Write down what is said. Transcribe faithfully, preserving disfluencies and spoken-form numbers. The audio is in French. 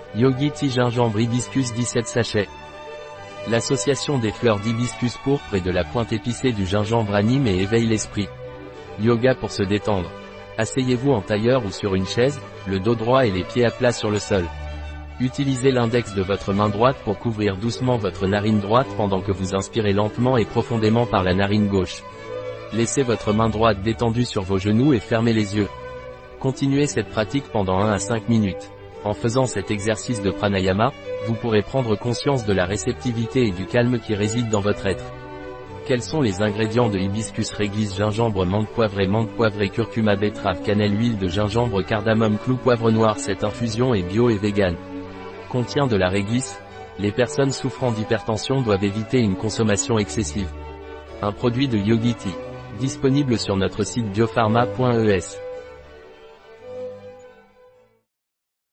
Yogi Tea gingembre hibiscus dix-sept sachets. L'association des fleurs d'hibiscus pourpre et de la pointe épicée du gingembre anime et éveille l'esprit. Yoga pour se détendre. Asseyez-vous en tailleur ou sur une chaise, le dos droit et les pieds à plat sur le sol. Utilisez l'index de votre main droite pour couvrir doucement votre narine droite pendant que vous inspirez lentement et profondément par la narine gauche. Laissez votre main droite détendue sur vos genoux et fermez les yeux. Continuez cette pratique pendant un à cinq minutes. En faisant cet exercice de pranayama, vous pourrez prendre conscience de la réceptivité et du calme qui réside dans votre être. Quels sont les ingrédients de hibiscus réglisse gingembre menthe poivrée menthe poivrée curcuma betterave cannelle huile de gingembre cardamome clou poivre noir? Cette infusion est bio et vegan. Contient de la réglisse. Les personnes souffrant d'hypertension doivent éviter une consommation excessive. Un produit de Yogi Tea. Disponible sur notre site biopharma point e s.